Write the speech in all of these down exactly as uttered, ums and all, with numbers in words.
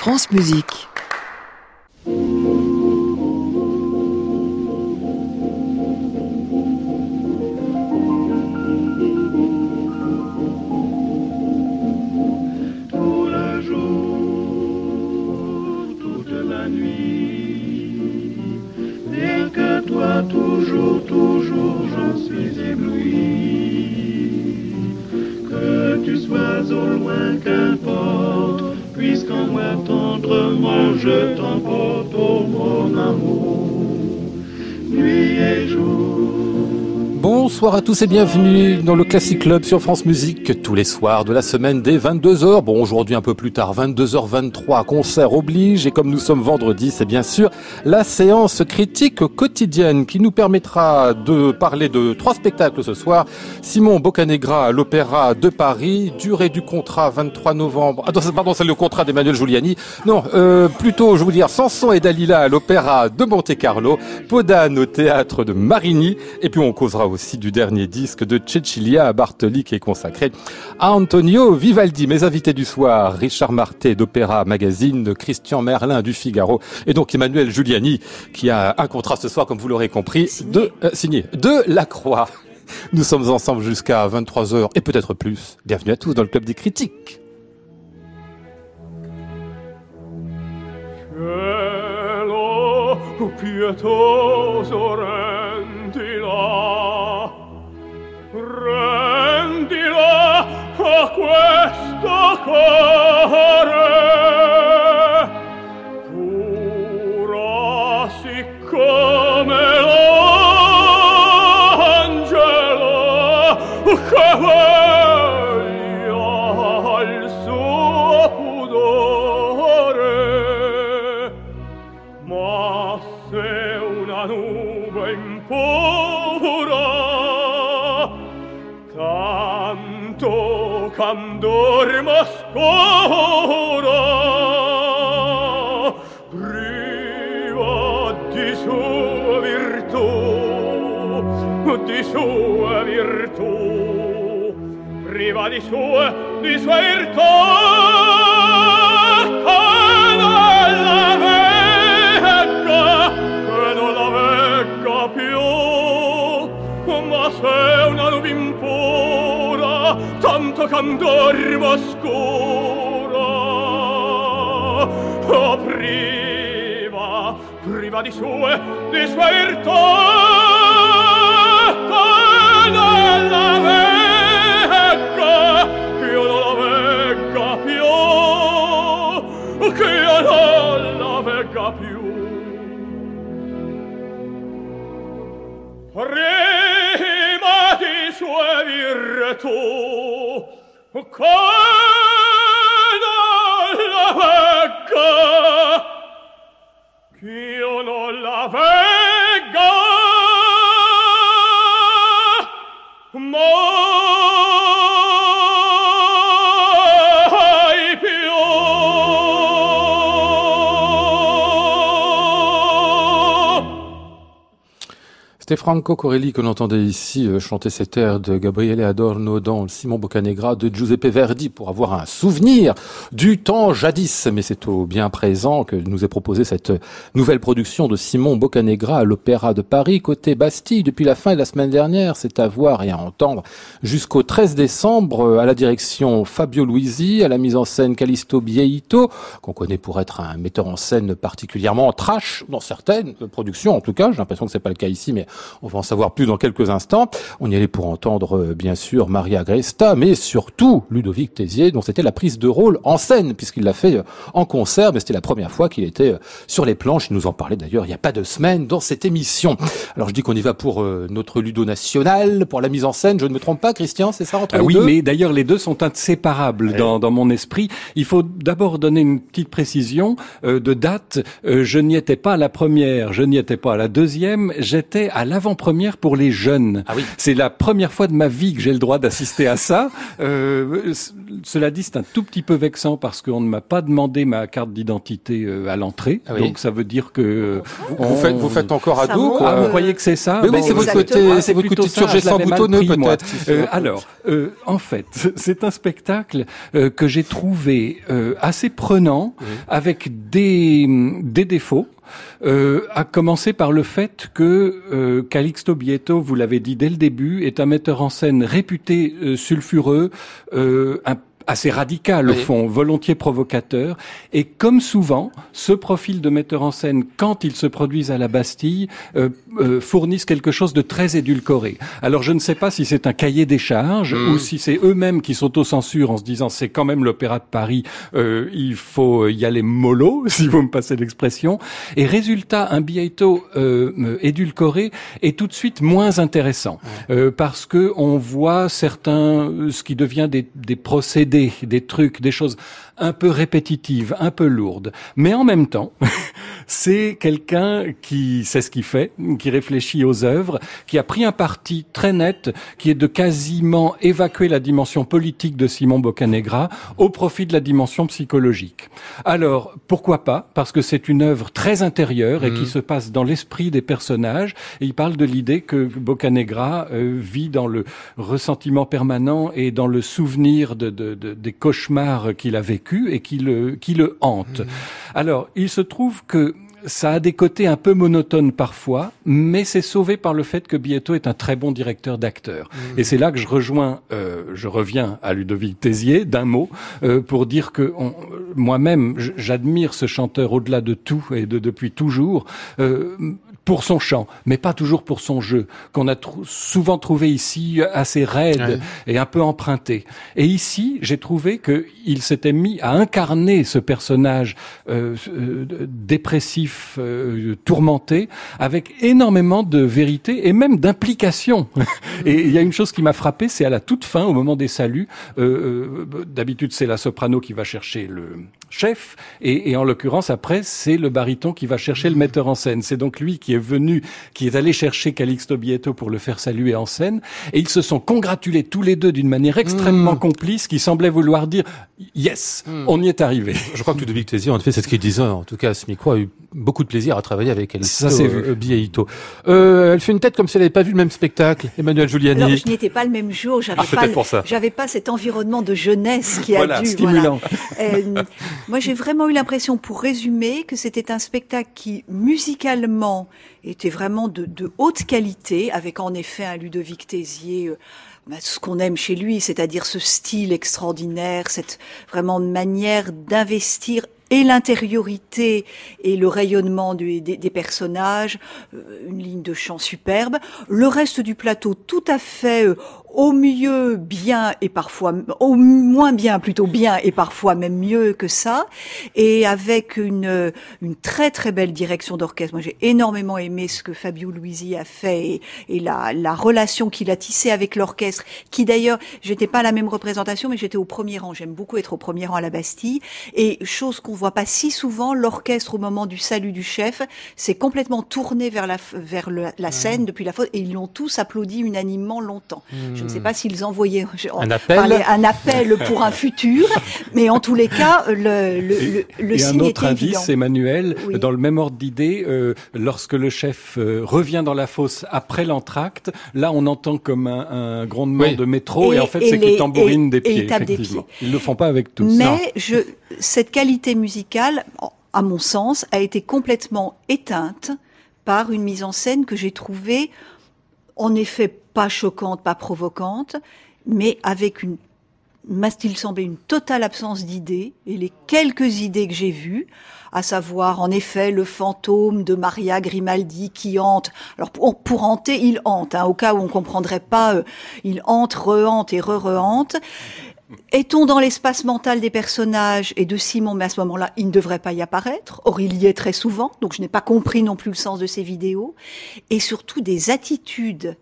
France Musique. Toujours, toujours, j'en suis ébloui. Que tu sois au loin, qu'importe, puisqu'en moi tendrement je t'emporte, oh mon amour, nuit et jour. Bonsoir à tous et bienvenue dans le Classic Club sur France Musique, tous les soirs de la semaine dès vingt-deux heures. Bon, aujourd'hui un peu plus tard, vingt-deux heures vingt-trois, concert oblige. Et comme nous sommes vendredi, c'est bien sûr la séance critique quotidienne qui nous permettra de parler de trois spectacles ce soir. Simon Boccanegra à l'Opéra de Paris, durée du contrat vingt-trois novembre. Ah, pardon, c'est le contrat d'Emmanuel Giuliani. Non, euh, plutôt, je vous dire, Samson et Dalila à l'Opéra de Monte-Carlo, Podane au théâtre de Marigny. Et puis on causera aussi aussi du dernier disque de Cecilia Bartoli qui est consacré à Antonio Vivaldi. Mes invités du soir, Richard Marté d'Opéra Magazine, Christian Merlin du Figaro et donc Emmanuel Giuliani qui a un contrat ce soir, comme vous l'aurez compris, signé. de euh, signé de La Croix. Nous sommes ensemble jusqu'à vingt-trois heures et peut-être plus. Bienvenue à tous dans le Club des critiques. Cielo pietoso rendila, rendila a questo cuore, pura siccome l'angelo che veglia al suo pudore. Ma se una nube impura tanto candor m'ascora, priva di sua virtù, di sua virtù, priva di sua, di sua virtù, che non la vegga, che non la vegga più. Ma se una nube impura tanto candor m'oscura, oh, priva, priva di sue, di sua virtù, che non la vegga, che io non la vegga più, che io non la vegga più. Prima di sue virtù, che non la vegga, che io non la vegga mai più. C'était Franco Corelli que l'on entendait ici euh, chanter cet air de Gabriele Adorno dans le Simon Boccanegra de Giuseppe Verdi pour avoir un souvenir du temps jadis. Mais c'est au bien présent que nous est proposée cette nouvelle production de Simon Boccanegra à l'Opéra de Paris, côté Bastille, depuis la fin de la semaine dernière. C'est à voir et à entendre jusqu'au treize décembre, à la direction Fabio Luisi, à la mise en scène Callisto Bieito, qu'on connaît pour être un metteur en scène particulièrement trash dans certaines productions. En tout cas, j'ai l'impression que c'est pas le cas ici, mais on va en savoir plus dans quelques instants. On y allait pour entendre, bien sûr, Maria Gresta, mais surtout Ludovic Tézier, dont c'était la prise de rôle en scène, puisqu'il l'a fait en concert, mais c'était la première fois qu'il était sur les planches. Il nous en parlait d'ailleurs il n'y a pas de semaine dans cette émission. Alors je dis qu'on y va pour euh, notre Ludo national, pour la mise en scène. Je ne me trompe pas, Christian, c'est ça entre ah les oui, deux? Oui, mais d'ailleurs les deux sont inséparables ouais. dans, dans mon esprit. Il faut d'abord donner une petite précision euh, de date. Euh, je n'y étais pas à la première, je n'y étais pas à la deuxième, j'étais à à l'avant-première pour les jeunes. Ah oui. C'est la première fois de ma vie que j'ai le droit d'assister à ça. Euh, c- cela dit, c'est un tout petit peu vexant parce qu'on ne m'a pas demandé ma carte d'identité euh, à l'entrée. Ah oui. Donc ça veut dire que euh, Vous on- faites, vous faites encore Ça ado, monte. quoi. Ah, vous Euh, croyez que c'est ça? Mais oui, Bon, c'est votre exactement. côté, Ah, c'est votre côté plutôt ça, Turgescent je l'avais mal boutonneux, pris, moi. peut-être. qui fait Euh, un peu- alors, euh, en fait, c'est un spectacle euh, que j'ai trouvé euh, assez prenant, Oui. avec des, des défauts. Euh, à commencer par le fait que euh, Calixto Bietto, vous l'avez dit dès le début, est un metteur en scène réputé euh, sulfureux, euh, un assez radical au Oui. fond, volontiers provocateur, et comme souvent, ce profil de metteur en scène, quand il se produisent à la Bastille, euh, euh, fournissent quelque chose de très édulcoré. Alors je ne sais pas si c'est un cahier des charges, Mmh. ou si c'est eux-mêmes qui s'autocensurent en se disant c'est quand même l'Opéra de Paris, euh, il faut y aller mollo, si vous me passez l'expression, et résultat, un Bietto euh, édulcoré est tout de suite moins intéressant, euh, parce que on voit certains, euh, ce qui devient des, des procédés, des trucs, des choses un peu répétitives, un peu lourdes. Mais en même temps, c'est quelqu'un qui sait ce qu'il fait, qui réfléchit aux œuvres, qui a pris un parti très net, qui est de quasiment évacuer la dimension politique de Simon Boccanegra au profit de la dimension psychologique. Alors, pourquoi pas? Parce que c'est une œuvre très intérieure et Mmh. qui se passe dans l'esprit des personnages. Et il parle de l'idée que Boccanegra euh, vit dans le ressentiment permanent et dans le souvenir de, de, de des cauchemars qu'il a vécu et qui le, qui le hantent. Mmh. Alors, il se trouve que ça a des côtés un peu monotones parfois, mais c'est sauvé par le fait que Bietto est un très bon directeur d'acteurs. Mmh. Et c'est là que je rejoins, euh, je reviens à Ludovic Tézier, d'un mot, euh, pour dire que on, moi-même, j'admire ce chanteur au-delà de tout et de depuis toujours. Euh, pour son chant, mais pas toujours pour son jeu, qu'on a tr- souvent trouvé ici assez raide ouais. et un peu emprunté. Et ici, j'ai trouvé qu'il s'était mis à incarner ce personnage euh, euh, dépressif, euh, tourmenté, avec énormément de vérité et même d'implication. Et il y a une chose qui m'a frappé, c'est à la toute fin, au moment des saluts, euh, euh, d'habitude c'est la soprano qui va chercher le chef, et, et en l'occurrence après c'est le baryton qui va chercher le metteur en scène. C'est donc lui qui est venu, qui est allé chercher Calixto Bietto pour le faire saluer en scène, et ils se sont congratulés tous les deux d'une manière extrêmement mmh. complice, qui semblait vouloir dire yes, mmh. on y est arrivé. Je crois que Ludovic Tézier, en fait, c'est ce qu'il disait. En tout cas, ce micro a eu beaucoup de plaisir à travailler avec Calixto euh, Bietto. Euh, elle fait une tête comme si elle n'avait pas vu le même spectacle. Emmanuelle Giuliani. Alors, je n'y étais pas le même jour. J'avais ah, pas, pour ça. j'avais pas cet environnement de jeunesse qui voilà, a dû. Stimulant. Voilà. Euh, moi, j'ai vraiment eu l'impression, pour résumer, que c'était un spectacle qui, musicalement, était vraiment de, de haute qualité, avec en effet un Ludovic Tézier. Euh, ce qu'on aime chez lui, c'est-à-dire ce style extraordinaire, cette vraiment manière d'investir et l'intériorité et le rayonnement du, des, des personnages, euh, une ligne de chant superbe. Le reste du plateau, tout à fait euh, au mieux bien et parfois au moins bien, plutôt bien et parfois même mieux que ça, et avec une une très très belle direction d'orchestre. Moi, j'ai énormément aimé ce que Fabio Luisi a fait et, et la la relation qu'il a tissée avec l'orchestre, qui d'ailleurs, j'étais pas à la même représentation, mais j'étais au premier rang. J'aime beaucoup être au premier rang à la Bastille, et chose qu'on voit pas si souvent, l'orchestre au moment du salut du chef s'est complètement tourné vers la vers le, la scène mmh. depuis la fosse, et ils l'ont tous applaudi unanimement longtemps. Mmh. Je ne sais pas s'ils envoyaient un appel, parlait, un appel pour un futur, mais en tous les cas, le, le, et, le, le et signe un autre était indice, évident. Emmanuel, oui. dans le même ordre d'idée, euh, lorsque le chef euh, revient dans la fosse après l'entracte, là on entend comme un, un grondement oui. de métro, et, et en fait et c'est qu'ils tambourinent des pieds, effectivement. Des pieds. Ils le font pas avec tous. Mais non. je, cette qualité musicale, à mon sens, a été complètement éteinte par une mise en scène que j'ai trouvée, en effet, pas choquante, pas provocante, mais avec une, m'a-t-il semblé, une totale absence d'idées. Et les quelques idées que j'ai vues, à savoir, en effet, le fantôme de Maria Grimaldi qui hante. Alors, pour, pour hanter, il hante, hein, au cas où on comprendrait pas, euh, il hante, re-hante et re-re-hante. Est-on dans l'espace mental des personnages et de Simon, mais à ce moment-là, il ne devrait pas y apparaître. Or, il y est très souvent, donc je n'ai pas compris non plus le sens de ces vidéos. Et surtout des attitudes,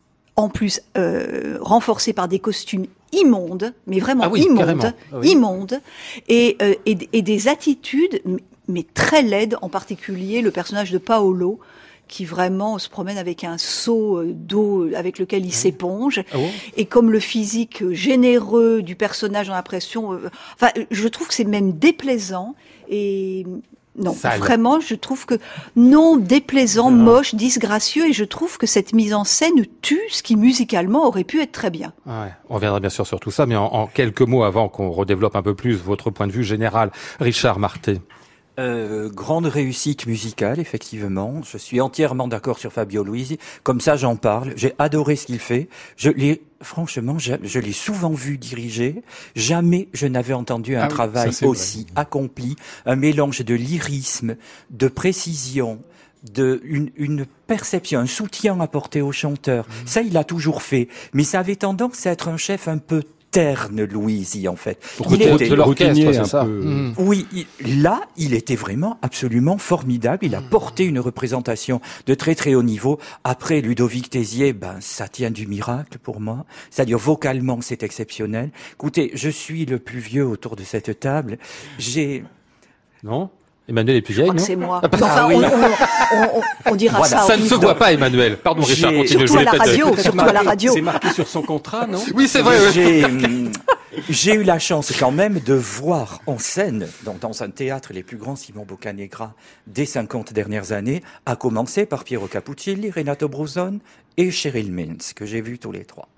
en plus euh, renforcées par des costumes immondes, mais vraiment ah oui, immondes, ah oui. immondes, et, euh, et, et des attitudes, mais très laides, en particulier le personnage de Paolo, qui vraiment se promène avec un seau d'eau avec lequel il s'éponge. Ah bon ? Et comme le physique généreux du personnage, on a l'impression... Euh, enfin, je trouve que c'est même déplaisant et... Non, Sale. Vraiment, je trouve que non, déplaisant, moche, disgracieux, et je trouve que cette mise en scène tue ce qui musicalement aurait pu être très bien. Ouais, on reviendra bien sûr sur tout ça, mais en, en quelques mots avant qu'on redéveloppe un peu plus votre point de vue général, Richard Marté. Euh, grande réussite musicale, effectivement. Je suis entièrement d'accord sur Fabio Luisi. Comme ça, j'en parle. J'ai adoré ce qu'il fait. Je l'ai, franchement, je, je l'ai souvent vu diriger. Jamais je n'avais entendu un Ah oui, travail ça, c'est aussi vrai. accompli. Un mélange de lyrisme, de précision, de une, une perception, un soutien apporté au chanteur. Mmh. Ça, il a toujours fait. Mais ça avait tendance à être un chef un peu terne, Luisi, en fait. Pour Il côté était de l'orchestre, c'est un ça. peu. Mmh. Oui, il- là, il était vraiment absolument formidable. Il a porté une représentation de très très haut niveau. Après, Ludovic Tézier, ben, ça tient du miracle pour moi. C'est-à-dire, vocalement, c'est exceptionnel. Écoutez, je suis le plus vieux autour de cette table. J'ai... Non ? Emmanuel est plus Je vieille, crois que non ? c'est moi. Ah, pardon. Enfin, Ah oui. on, on, on, on dira Voilà. ça. Ça au ne se micro. voit pas, Emmanuel. Pardon, Richard, J'ai- continue. Surtout je à la voulais peut-être- radio, surtout à la radio. C'est marqué sur son contrat, non ? Oui, c'est vrai. ouais. J'ai, hum, j'ai eu la chance quand même de voir en scène, dans, dans un théâtre, les plus grands Simon Boccanegra des cinquante dernières années, à commencer par Piero Capuccilli, Renato Bruzon et Cheryl Mintz, que j'ai vus tous les trois.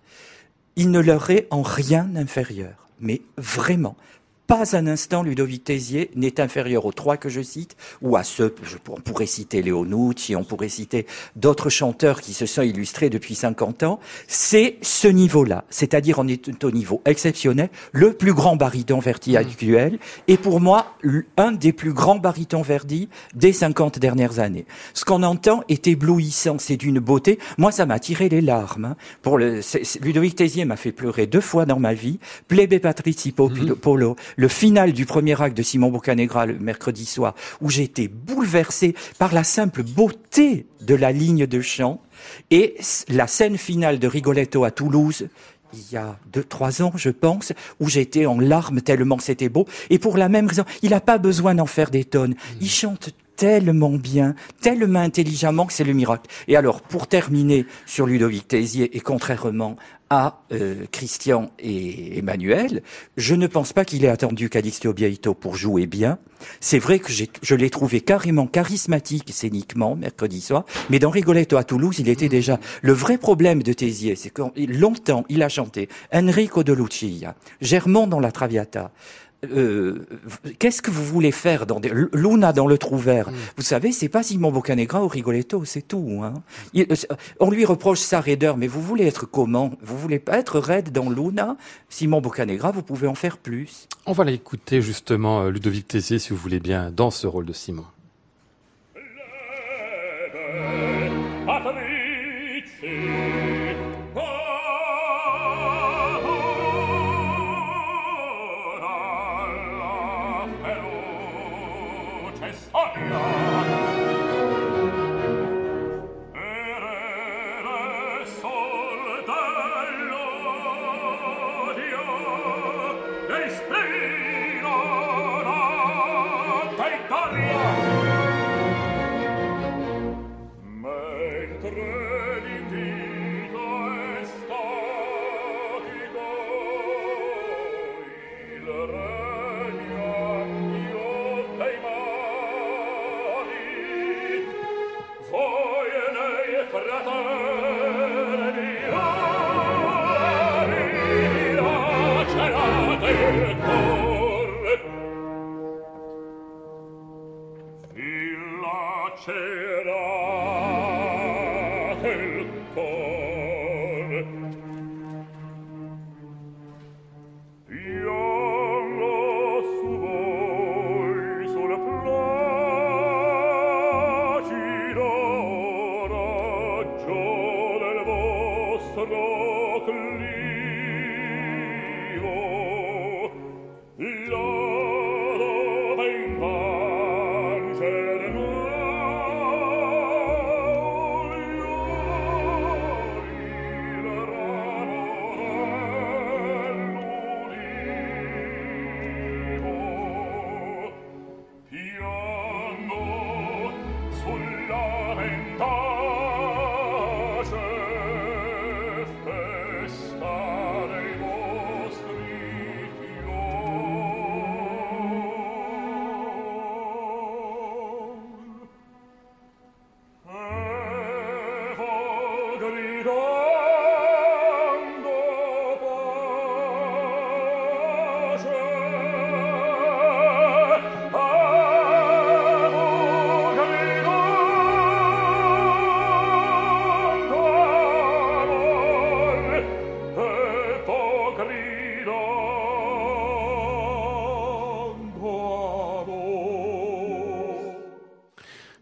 Il ne leur est en rien inférieur, mais vraiment. Pas un instant, Ludovic Tézier n'est inférieur aux trois que je cite, ou à ceux, je, on pourrait citer Léo Nucci, on pourrait citer d'autres chanteurs qui se sont illustrés depuis cinquante ans. C'est ce niveau-là, c'est-à-dire on est au niveau exceptionnel, le plus grand baryton Verdi actuel, et pour moi, un des plus grands barytons Verdi des cinquante dernières années. Ce qu'on entend est éblouissant, c'est d'une beauté. Moi, ça m'a tiré les larmes. Hein. Pour le, c'est, c'est, Ludovic Tézier m'a fait pleurer deux fois dans ma vie. Plebe Patrizi Popolo, Polo, le final du premier acte de Simon Boccanegra le mercredi soir, où j'ai été bouleversé par la simple beauté de la ligne de chant, et la scène finale de Rigoletto à Toulouse, il y a deux, trois ans, je pense, où j'étais en larmes tellement c'était beau, et pour la même raison, il n'a pas besoin d'en faire des tonnes. Il chante tellement bien, tellement intelligemment que c'est le miracle. Et alors, pour terminer sur Ludovic Tézier, et contrairement à euh, Christian et Emmanuel, je ne pense pas qu'il ait attendu Calixto Bieito pour jouer bien. C'est vrai que j'ai, je l'ai trouvé carrément charismatique scéniquement mercredi soir, mais dans Rigoletto à Toulouse, il était déjà... Le vrai problème de Tézier, c'est que longtemps, il a chanté Enrico de Lucia, Germont dans la Traviata, Euh, qu'est-ce que vous voulez faire dans des... Luna dans le Trouvert, mm. Vous savez, c'est pas Simon Boccanegra ou Rigoletto, c'est tout. Hein. Il, on lui reproche sa raideur, mais vous voulez être comment? Vous voulez pas être raide dans Luna? Simon Boccanegra, vous pouvez en faire plus. On va l'écouter justement, Ludovic Tézier, si vous voulez bien, dans ce rôle de Simon. La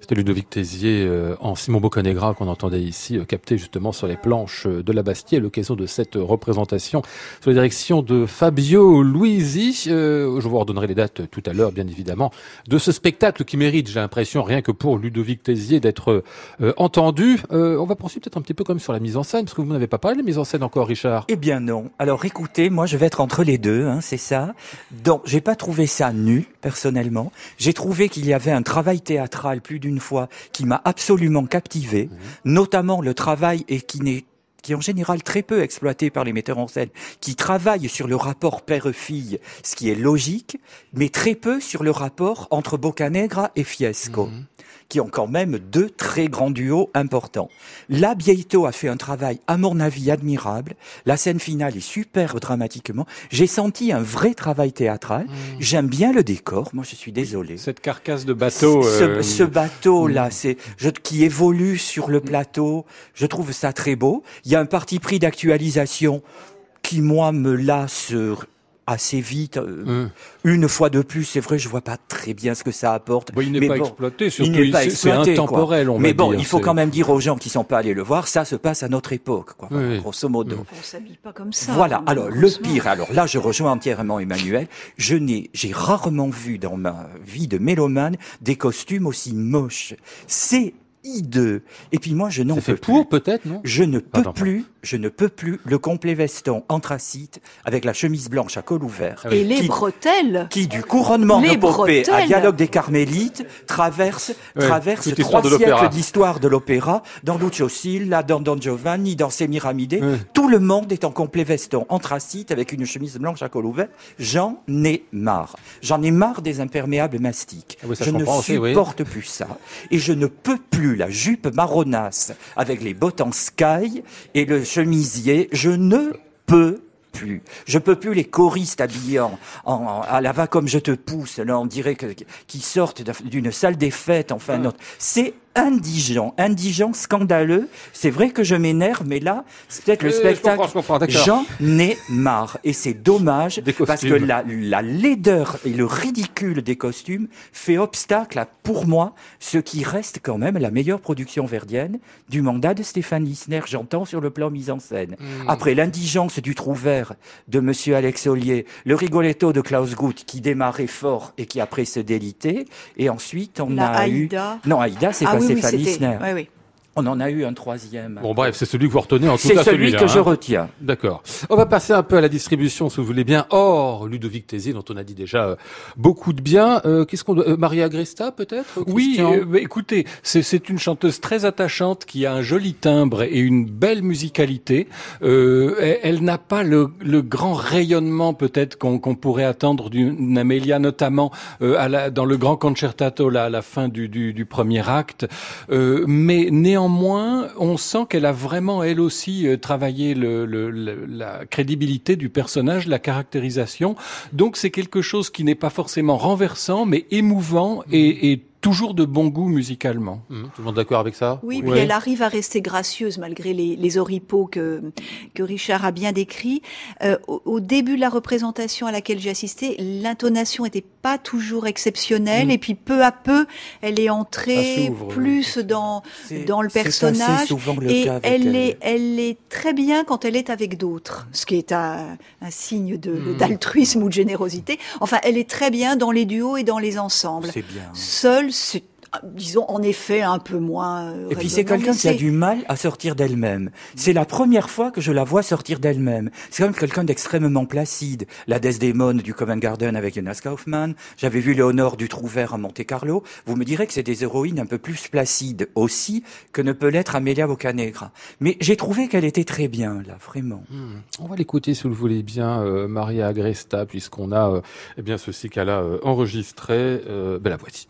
C'était Ludovic Tézier euh, en Simon Boccanegra qu'on entendait ici, euh, capté justement sur les planches euh, de la Bastille à l'occasion de cette euh, représentation sous la direction de Fabio Luisi. Euh, je vous redonnerai les dates euh, tout à l'heure, bien évidemment, de ce spectacle qui mérite, j'ai l'impression, rien que pour Ludovic Tézier, d'être euh, entendu. Euh, on va poursuivre peut-être un petit peu comme sur la mise en scène, parce que vous n'avez pas parlé de la mise en scène encore, Richard. Eh bien non. Alors écoutez, moi je vais être entre les deux, hein, c'est ça. Donc j'ai pas trouvé ça nu, personnellement. J'ai trouvé qu'il y avait un travail théâtral plus d'une fois qui m'a absolument captivé, mmh. notamment le travail et qui n'est qui est en général très peu exploité par les metteurs en scène, qui travaillent sur le rapport père-fille, ce qui est logique, mais très peu sur le rapport entre Boccanegra et Fiesco. Mmh. qui ont quand même deux très grands duos importants. Là, Bieito a fait un travail, à mon avis, admirable. La scène finale est super dramatiquement. J'ai senti un vrai travail théâtral. Mmh. J'aime bien le décor. Moi, je suis désolé. Cette carcasse de bateau. Ce, euh... ce bateau-là, mmh. c'est je, qui évolue sur le plateau. Je trouve ça très beau. Il y a un parti pris d'actualisation qui, moi, me lasse assez vite. Mmh. Une fois de plus, c'est vrai, je vois pas très bien ce que ça apporte. Bon, il n'est mais pas bon, exploité, surtout il n'est pas c'est, exploité, c'est intemporel, quoi. on mais va bon, dire. il faut c'est... quand même dire aux gens qui sont pas allés le voir, ça se passe à notre époque, quoi. Oui. Grosso modo. Mmh. On s'habille pas comme ça. Voilà. Alors, le pire, alors là, je rejoins entièrement Emmanuel. Je n'ai, j'ai rarement vu dans ma vie de mélomane des costumes aussi moches. C'est hideux. Et puis moi, je n'en c'est peux fait pour, plus. peut-être, non? Je ne peux Pardon. plus, je ne peux plus le complet veston anthracite avec la chemise blanche à col ouvert. Et les qui, bretelles. Qui, du couronnement les de Popée bretelles. à Dialogue des Carmélites, traverse, ouais, traverse trois siècles d'histoire de l'opéra, dans Lucio Silla, dans Don Giovanni, dans Semiramide. Ouais. Tout le monde est en complet veston anthracite avec une chemise blanche à col ouvert. J'en ai marre. J'en ai marre des imperméables mastiques. Ah oui, je ne aussi, supporte oui. plus ça. Et je ne peux plus la jupe marronasse avec les bottes en sky et le chemisier. Je ne peux plus. Je peux plus les choristes habillés en, en, à la va comme je te pousse. Là, on dirait que, qu'ils sortent d'une salle des fêtes. Enfin, notre, c'est indigent, indigent, scandaleux. C'est vrai que je m'énerve, mais là, c'est peut-être le euh, spectacle. Je comprends, je comprends, J'en ai marre. Et c'est dommage, parce que la, la laideur et le ridicule des costumes fait obstacle à, pour moi, ce qui reste quand même la meilleure production verdienne du mandat de Stéphane Lissner, j'entends, sur le plan mise en scène. Mmh. Après l'indigence du Trouvert de Monsieur Alex Ollier, le Rigoletto de Klaus Guth, qui démarrait fort et qui après se délitait, et ensuite on la a Aïda. eu... Non, Aïda, c'est ah, pas oui, Stéphane oui, Lissner. Oui, oui. On en a eu un troisième. Bon, bref, c'est celui que vous retenez en tout c'est cas. C'est celui celui-là, que hein. je retiens. D'accord. On va passer un peu à la distribution, si vous voulez bien. Or, Ludovic Tézier, dont on a dit déjà euh, beaucoup de bien. Euh, qu'est-ce qu'on doit... euh, Maria Agresta, peut-être? Oui, euh, bah, écoutez, c'est, c'est une chanteuse très attachante qui a un joli timbre et une belle musicalité. Euh, elle, elle n'a pas le, le grand rayonnement peut-être qu'on, qu'on pourrait attendre d'une Amelia, notamment euh, à la, dans le grand concertato là, à la fin du, du, du premier acte. Euh, mais néanmoins, on sent qu'elle a vraiment, elle aussi, euh, travaillé le, le, le, la crédibilité du personnage, la caractérisation. Donc c'est quelque chose qui n'est pas forcément renversant, mais émouvant mmh. et, et toujours de bon goût musicalement. Mmh, tout le monde d'accord avec ça? Oui, puis ouais. Elle arrive à rester gracieuse malgré les, les oripeaux que, que Richard a bien décrits. Euh, au, au début de la représentation à laquelle j'ai assisté, l'intonation était pas toujours exceptionnelle, mmh. et puis peu à peu, elle est entrée plus oui. dans c'est, dans le personnage, le et cas elle, elle est elle est très bien quand elle est avec d'autres, ce qui est un, un signe de, mmh. d'altruisme ou de générosité. Enfin, elle est très bien dans les duos et dans les ensembles. C'est bien. Seule, c'est, disons, en effet, un peu moins... Euh, et puis c'est quelqu'un qui a du mal à sortir d'elle-même. C'est la première fois que je la vois sortir d'elle-même. C'est quand même quelqu'un d'extrêmement placide. La Desdémone du Covent Garden avec Jonas Kaufmann. J'avais vu Léonore du Trouvert à Monte-Carlo. Vous me direz que c'est des héroïnes un peu plus placides aussi que ne peut l'être Amelia Boccanegra. Mais j'ai trouvé qu'elle était très bien, là, vraiment. Mmh. On va l'écouter, si vous le voulez bien, euh, Maria Agresta, puisqu'on a euh, eh bien ceci qu'elle a euh, enregistré. Euh, ben la voici.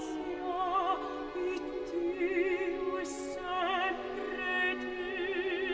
Sempre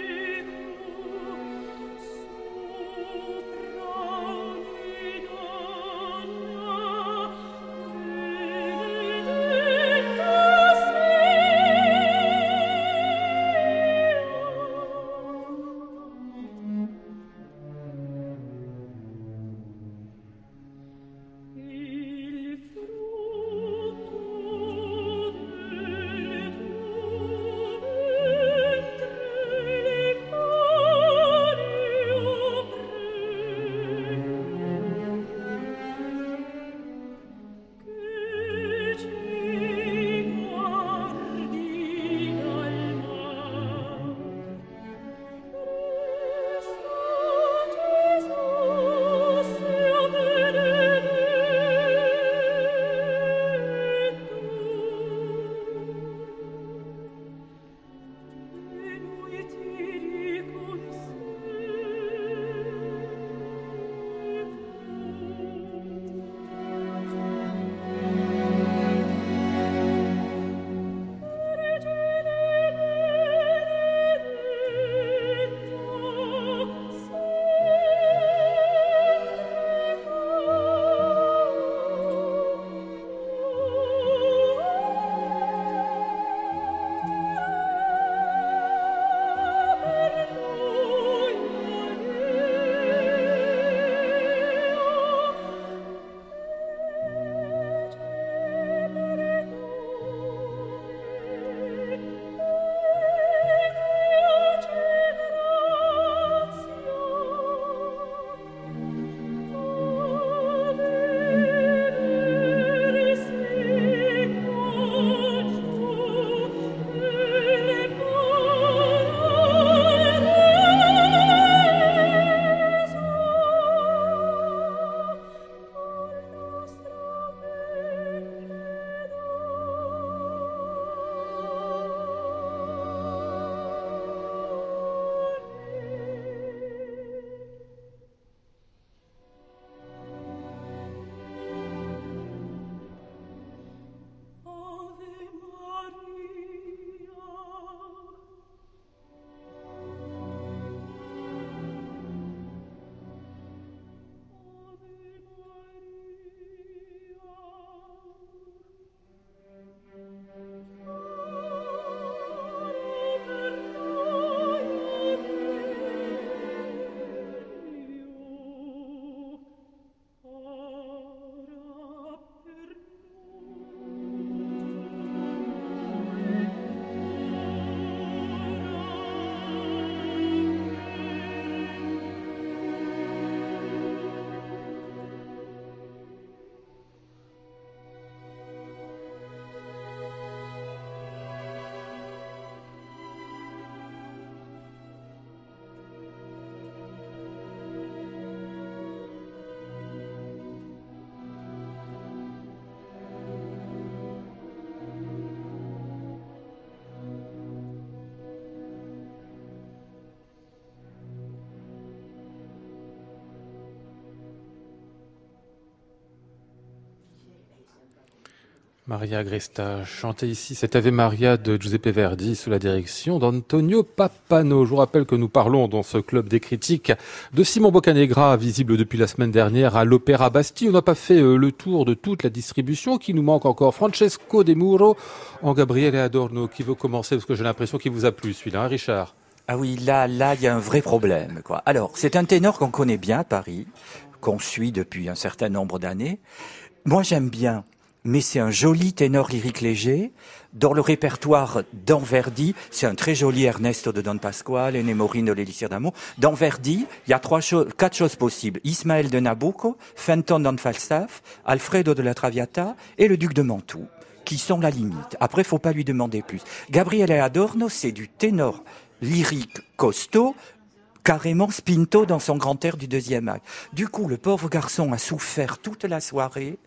Maria Agresta chantait ici cet Ave Maria de Giuseppe Verdi sous la direction d'Antonio Pappano. Je vous rappelle que nous parlons dans ce club des critiques de Simon Boccanegra, visible depuis la semaine dernière à l'Opéra Bastille. On n'a pas fait le tour de toute la distribution, qui nous manque encore. Francesco De Muro en Gabriele Adorno, qui veut commencer, parce que j'ai l'impression qu'il vous a plu celui-là, hein, Richard? Ah oui, là, là, il y a un vrai problème, quoi. Alors, c'est un ténor qu'on connaît bien à Paris, qu'on suit depuis un certain nombre d'années. Moi, j'aime bien. Mais c'est un joli ténor lyrique léger. Dans le répertoire dans Verdi, c'est un très joli Ernesto de Don Pasquale, Nemorino l'Élixir d'amour. Dans Verdi, il y a trois choses, quatre choses possibles. Ismaël de Nabucco, Fenton dans Falstaff, Alfredo de la Traviata et le duc de Mantoue, qui sont la limite. Après, faut pas lui demander plus. Gabriele Adorno, c'est du ténor lyrique costaud, carrément Spinto dans son grand air du deuxième acte. Du coup, le pauvre garçon a souffert toute la soirée,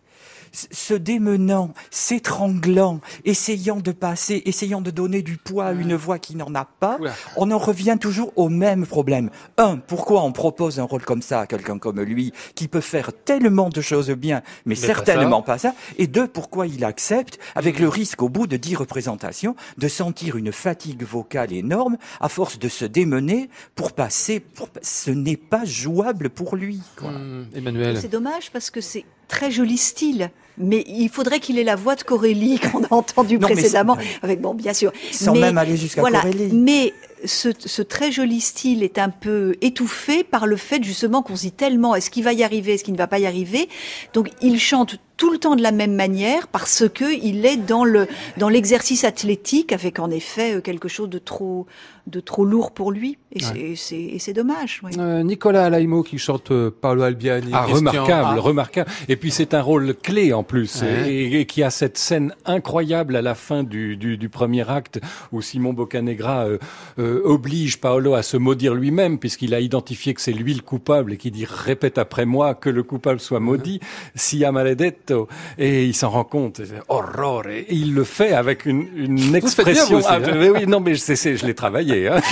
se démenant, s'étranglant, essayant de passer, essayant de donner du poids à une voix qui n'en a pas. On en revient toujours au même problème. Un, pourquoi on propose un rôle comme ça à quelqu'un comme lui, qui peut faire tellement de choses bien, mais, mais certainement pas ça. pas ça. Et deux, pourquoi il accepte, avec le risque au bout de dix représentations, de sentir une fatigue vocale énorme, à force de se démener pour passer, pour... ce n'est pas jouable pour lui, quoi. Mmh, Emmanuel. C'est dommage parce que c'est très joli style, mais il faudrait qu'il ait la voix de Corélie qu'on a entendue non, précédemment, avec bon, bien sûr. Sans mais, même aller jusqu'à voilà, Corélie. Mais ce, ce très joli style est un peu étouffé par le fait justement qu'on se dit tellement est-ce qu'il va y arriver, est-ce qu'il ne va pas y arriver. Donc il chante tout le temps de la même manière parce que il est dans le dans l'exercice athlétique avec en effet quelque chose de trop de trop lourd pour lui et, ouais. c'est, et c'est et c'est dommage. Oui. Euh, Nicolas Alaimo qui chante euh, Paolo Albiani. Ah, remarquable, ah. remarquable. Et puis c'est un rôle clé en plus ouais. et, et qui a cette scène incroyable à la fin du du, du premier acte où Simon Boccanegra euh, euh, oblige Paolo à se maudire lui-même puisqu'il a identifié que c'est lui le coupable et qui dit répète après moi que le coupable soit maudit, ouais. sia maledetto. Et il s'en rend compte, horreur, et il le fait avec une, une expression. Vous faites bien, vous aussi, ah, oui, non, mais c'est, c'est, je l'ai travaillé. Hein.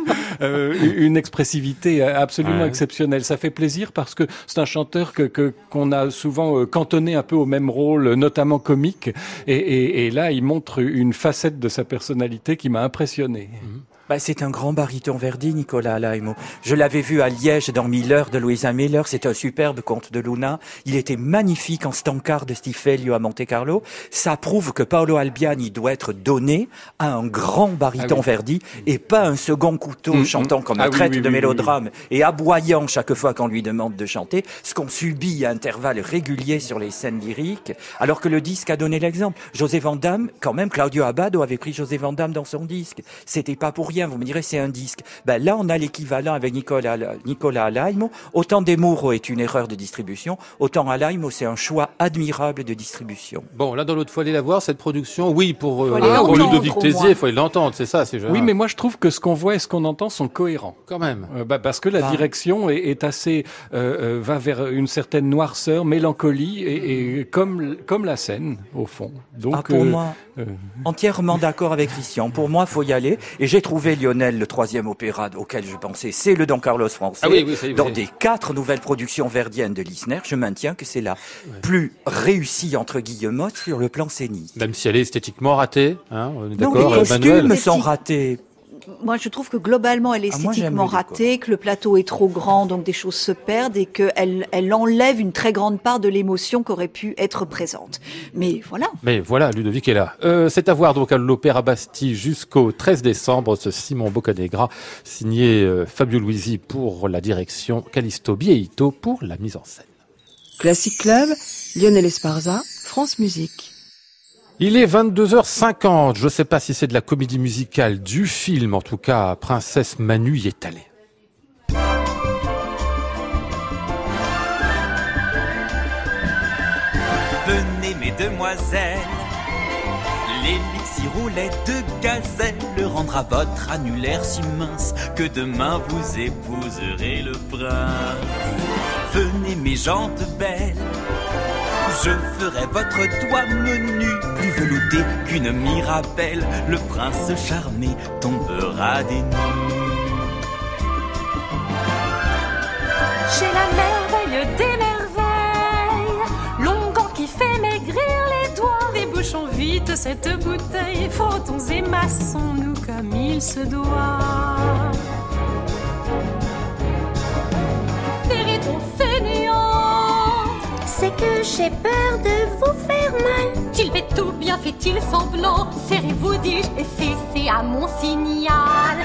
euh, une expressivité absolument ouais. exceptionnelle. Ça fait plaisir parce que c'est un chanteur que, que qu'on a souvent cantonné un peu au même rôle, notamment comique. Et, et, et là, il montre une facette de sa personnalité qui m'a impressionné. Mmh. Bah, c'est un grand baryton Verdi, Nicolas Alaimo. Je l'avais vu à Liège dans Miller de Louisa Miller. C'est un superbe conte de Luna. Il était magnifique en Stancard de Stifelio à Monte Carlo. Ça prouve que Paolo Albiani doit être donné à un grand baryton ah oui. Verdi et pas un second couteau mmh, chantant comme ah un traître oui, oui, de oui, mélodrame oui, oui. et aboyant chaque fois qu'on lui demande de chanter, ce qu'on subit à intervalles réguliers sur les scènes lyriques, alors que le disque a donné l'exemple. José Van Damme, quand même, Claudio Abbado avait pris José Van Damme dans son disque. C'était pas pour rien. Vous me direz, c'est un disque. Ben là, on a l'équivalent avec Nicolas, Nicolas Alaimo. Autant Demuro est une erreur de distribution, autant Alaimo, c'est un choix admirable de distribution. Bon, là, dans l'autre, faut aller la voir, cette production. Oui, pour, euh, euh, pour Ludovic Tézier, il faut aller l'entendre, c'est ça, c'est genre. Oui, mais moi, je trouve que ce qu'on voit et ce qu'on entend sont cohérents. Quand même. Euh, bah, parce que la ah. direction est, est assez, euh, va vers une certaine noirceur, mélancolie, et, et comme, comme la scène, au fond. Donc, ah, pour euh, moi, euh... entièrement d'accord avec Christian. Pour moi, faut y aller. Et j'ai trouvé Lionel, le troisième opéra auquel je pensais, c'est le Don Carlos français. Ah oui, oui, ça y est, Dans des quatre nouvelles productions verdiennes de Lisner, je maintiens que c'est la ouais. plus réussie, entre guillemets, sur le plan scénique. Même si elle est esthétiquement ratée, hein, on est non, d'accord, les costumes Emmanuel. sont ratés. Moi, je trouve que globalement, elle est esthétiquement ah, moi, ratée, que le plateau est trop grand, donc des choses se perdent, et qu'elle elle enlève une très grande part de l'émotion qui aurait pu être présente. Mais voilà. Mais voilà, Ludovic est là. Euh, c'est à voir donc à l'Opéra Bastille jusqu'au treize décembre, ce Simon Boccanegra, signé euh, Fabio Luisi pour la direction, Callisto Bieito pour la mise en scène. Classic Club, Lionel Esparza, France Musique. Il est vingt-deux heures cinquante. Je ne sais pas si c'est de la comédie musicale, du film, en tout cas, Princesse Manu y est allée. Venez, mesdemoiselles, l'élixir au lait de gazelle le rendra votre annulaire si mince que demain vous épouserez le prince. Venez, mes jantes belles, je ferai votre doigt menu plus velouté qu'une mirabelle. Le prince charmé tombera des nues. J'ai la merveille des merveilles, l'onguent qui fait maigrir les doigts, des bouchons de cette bouteille, frottons et massons-nous comme il se doit. Ferrez ton fainéant, c'est que j'ai peur de vous faire mal. S'il fait tout bien, fait-il semblant? Serrez-vous, dis-je, et cessez à mon signal.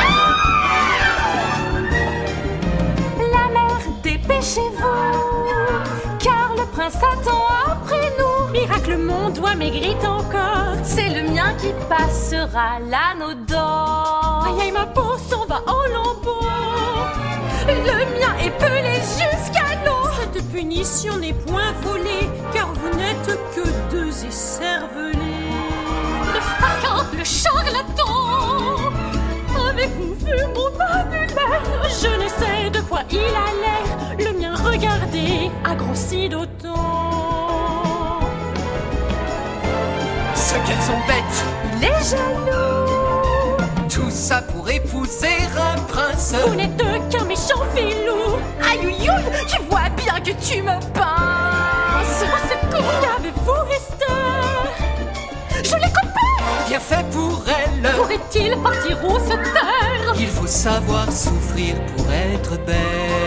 La mère, dépêchez-vous, car le prince attend après nous. Miracle, mon doigt maigrit encore, c'est le mien qui passera l'anneau d'or. Aïe aïe, ma peau s'en va en lambeaux, le mien est pelé jusqu'à l'eau. Cette punition n'est point volée, car vous n'êtes que deux écervelés. Le faquin, le charlatan, avez-vous vu mon annulaire? Je ne sais de quoi il a l'air, le mien, regardez, a grossi d'autant. Ce qu'elles sont bêtes, Il est jaloux, tout ça pour épouser un prince. vous n'êtes qu'un méchant filou. Aïe aïe aïe, tu vois bien que tu me pinces. Au secours, qu'avez-vous, Esther? Je l'ai coupé. Bien fait pour elle. Pourrait-il partir ou se taire? Il faut savoir souffrir pour être belle.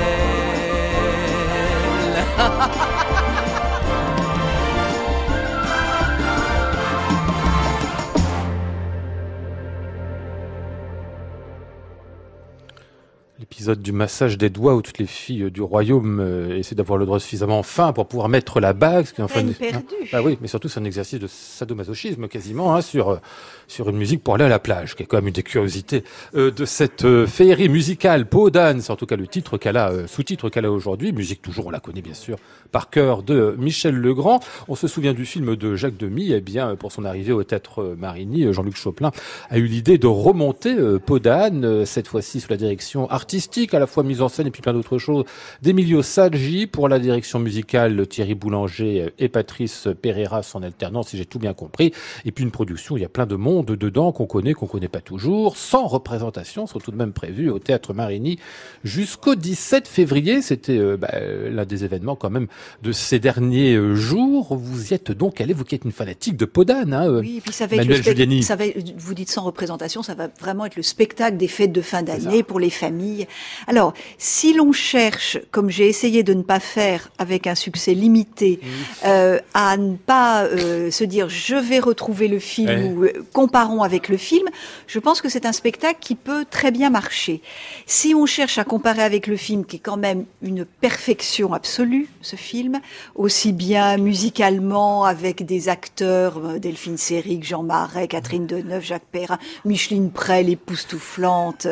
L'épisode du massage des doigts où toutes les filles du royaume euh, essaient d'avoir le droit suffisamment fin pour pouvoir mettre la bague. Ce qui est enfin, Peine perdue. Hein, bah oui, mais surtout c'est un exercice de sadomasochisme quasiment hein, sur euh, sur une musique pour aller à la plage, qui est quand même une des curiosités euh, de cette euh, féerie musicale. Peau d'âne, c'est en tout cas le titre qu'elle a, euh, sous-titre qu'elle a aujourd'hui. Musique toujours, on la connaît bien sûr par cœur de Michel Legrand. On se souvient du film de Jacques Demy. Eh bien, pour son arrivée au Théâtre Marigny, Jean-Luc Choplin a eu l'idée de remonter euh, Peau d'âne, euh, cette fois-ci sous la direction artistique, à la fois mise en scène et puis plein d'autres choses, d'Emilio Saggi. Pour la direction musicale, Thierry Boulanger et Patrice Pereira en alternance, si j'ai tout bien compris. Et puis une production, il y a plein de monde dedans qu'on connaît, qu'on connaît pas toujours. cent représentations sont tout de même prévues au Théâtre Marigny jusqu'au dix-sept février. C'était euh, bah, l'un des événements quand même de ces derniers euh, jours. Vous y êtes donc allé, vous qui êtes une fanatique de Peau d'âne, hein, euh, Oui, et puis ça va être Manuel le spect- Giuliani. ça va être- vous dites sans représentation, ça va vraiment être le spectacle des fêtes de fin d'année pour les familles. Alors, si l'on cherche, comme j'ai essayé de ne pas faire avec un succès limité, euh, à ne pas euh, se dire je vais retrouver le film Ouais. ou euh, comparons avec le film, je pense que c'est un spectacle qui peut très bien marcher. Si on cherche à comparer avec le film, qui est quand même une perfection absolue, ce film, aussi bien musicalement avec des acteurs, euh, Delphine Seyrig, Jean Marais, Catherine Deneuve, Jacques Perrin, Micheline Prel, époustouflante,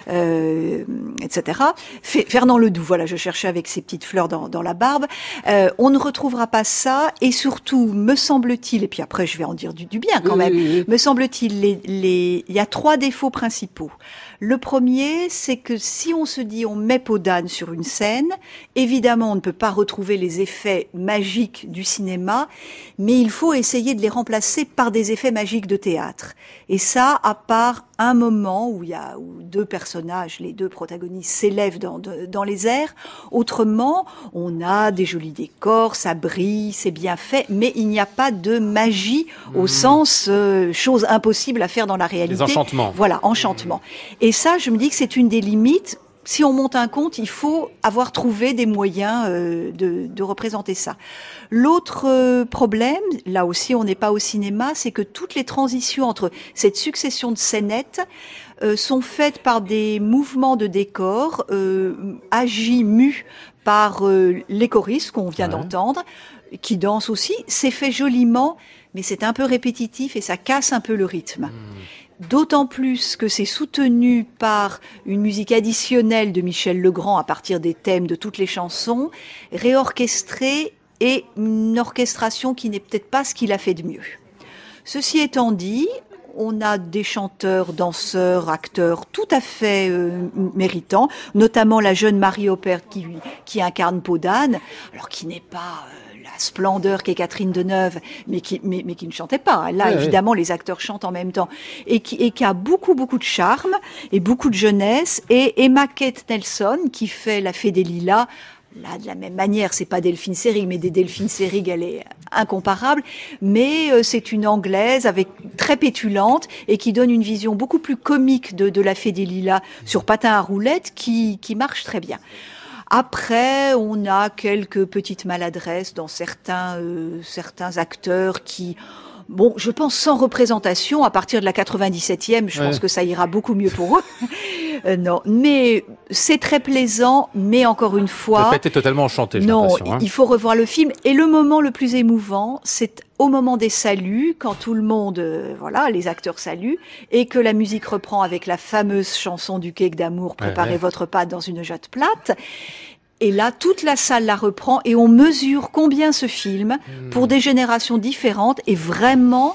euh, et cetera. F- Fernand Ledoux, voilà, je cherchais avec ses petites fleurs dans, dans la barbe. Euh, on ne retrouvera pas ça, et surtout, me semble-t-il, et puis après je vais en dire du, du bien quand Oui, même, oui, oui. me semble-t-il, les, les, il y a trois défauts principaux. Le premier, c'est que si on se dit on met Peau d'âne sur une scène, évidemment on ne peut pas retrouver les effets magiques du cinéma, mais il faut essayer de les remplacer par des effets magiques de théâtre. Et ça, à part un moment où il y a où deux personnages, les deux protagonistes s'élèvent dans, de- dans les airs, autrement on a des jolis décors, ça brille, c'est bien fait, mais il n'y a pas de magie au sens euh, chose impossible à faire dans la réalité. Les enchantements. Voilà, enchantement. Et ça, je me dis que c'est une des limites. Si on monte un conte, il faut avoir trouvé des moyens euh, de, de représenter ça. L'autre euh, problème, là aussi on n'est pas au cinéma, c'est que toutes les transitions entre cette succession de scénettes euh, sont faites par des mouvements de décor euh, agis, mus par euh, les choristes qu'on vient Ouais. d'entendre, qui dansent aussi. C'est fait joliment, mais c'est un peu répétitif et ça casse un peu le rythme. D'autant plus que c'est soutenu par une musique additionnelle de Michel Legrand à partir des thèmes de toutes les chansons, réorchestrée et une orchestration qui n'est peut-être pas ce qu'il a fait de mieux. Ceci étant dit, on a des chanteurs, danseurs, acteurs tout à fait euh, méritants, notamment la jeune Marie Aubert qui, qui incarne Peau d'âne, alors qui n'est pas euh, la splendeur qu'est Catherine Deneuve, mais qui, mais, mais qui ne chantait pas. Là, Ouais, évidemment, les acteurs chantent en même temps, et qui, et qui a beaucoup, beaucoup de charme et beaucoup de jeunesse. Et Emma Kate Nelson, qui fait La Fée des Lilas, Là, de la même manière, c'est pas Delphine Seyrig, mais des Delphine Seyrig, elle est incomparable. Mais euh, c'est une Anglaise avec très pétulante et qui donne une vision beaucoup plus comique de, de la Fée des Lilas sur patin à roulettes qui, qui marche très bien. Après, on a quelques petites maladresses dans certains, euh, certains acteurs qui... Bon, je pense sans représentation, à partir de la quatre-vingt-dix-septième, je ouais. pense que ça ira beaucoup mieux pour eux. euh, non, mais c'est très plaisant, mais encore une fois... Vous n'avez pas été totalement enchanté, j'ai non, l'impression. Hein. Il faut revoir le film. Et le moment le plus émouvant, c'est au moment des saluts, quand tout le monde, euh, voilà, les acteurs saluent, et que la musique reprend avec la fameuse chanson du Cake d'amour, Préparez ouais, ouais. votre pâte dans une jatte plate. Et là, toute la salle la reprend et on mesure combien ce film, mmh. pour des générations différentes, est vraiment,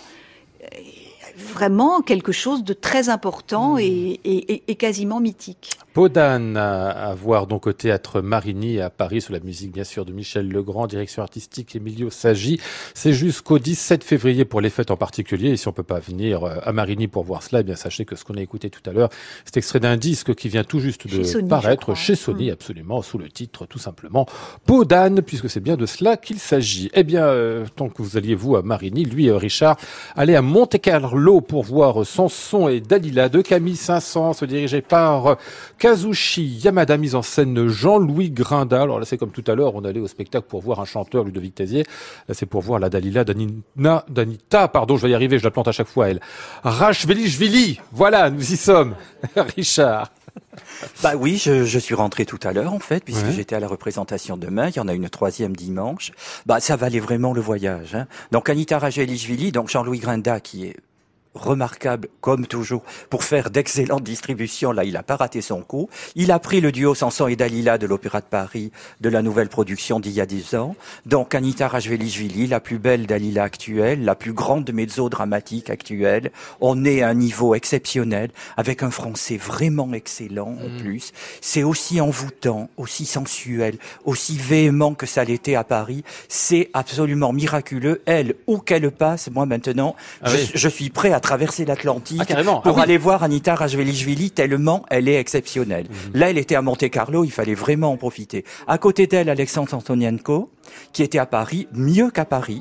vraiment quelque chose de très important mmh. et, et, et quasiment mythique. Peau d'âne à, à voir donc au Théâtre Marigny à Paris, sous la musique bien sûr de Michel Legrand, direction artistique Emilio Saggi. C'est jusqu'au dix-sept février pour les fêtes en particulier. Et si on peut pas venir à Marigny pour voir cela, eh bien sachez que ce qu'on a écouté tout à l'heure, c'est extrait d'un disque qui vient tout juste de chez Sony, paraître chez Sony, mmh. absolument, sous le titre tout simplement Peau d'âne, puisque c'est bien de cela qu'il s'agit. Eh bien, euh, tant que vous alliez vous à Marigny, lui, euh, Richard, allez à Monte-Carlo pour voir Samson et Dalila de Camille Saint-Saëns, dirigé par euh, Kazushi Yamada, mise en scène Jean-Louis Grinda. Alors là, c'est comme tout à l'heure, on allait au spectacle pour voir un chanteur, Ludovic Tézier. Là, c'est pour voir la Dalila d'Anina, d'Anita, pardon, je vais y arriver, je la plante à chaque fois, elle. Rachvelishvili, voilà, nous y sommes. Richard. Bah oui, je, je suis rentré tout à l'heure, en fait, puisque ouais. j'étais à la représentation demain. Il y en a une troisième dimanche. Bah, ça valait vraiment le voyage, hein. Donc, Anita Rachvelishvili, donc Jean-Louis Grinda, qui est remarquable, comme toujours, pour faire d'excellentes distributions. Là, il n'a pas raté son coup. Il a pris le duo Samson et Dalila de l'Opéra de Paris, de la nouvelle production d'il y a dix ans. Donc, Anita Rachvelishvili, la plus belle Dalila actuelle, la plus grande mezzo dramatique actuelle. On est à un niveau exceptionnel, avec un français vraiment excellent, mmh. en plus. C'est aussi envoûtant, aussi sensuel, aussi véhément que ça l'était à Paris. C'est absolument miraculeux. Elle, où qu'elle passe, moi, maintenant, ah je, oui. je suis prêt à traverser l'Atlantique ah, pour ah, oui. aller voir Anita Rachvelishvili tellement elle est exceptionnelle. Mmh. Là, elle était à Monte-Carlo, il fallait vraiment en profiter. À côté d'elle, Alexandre Antonienko, qui était à Paris, mieux qu'à Paris,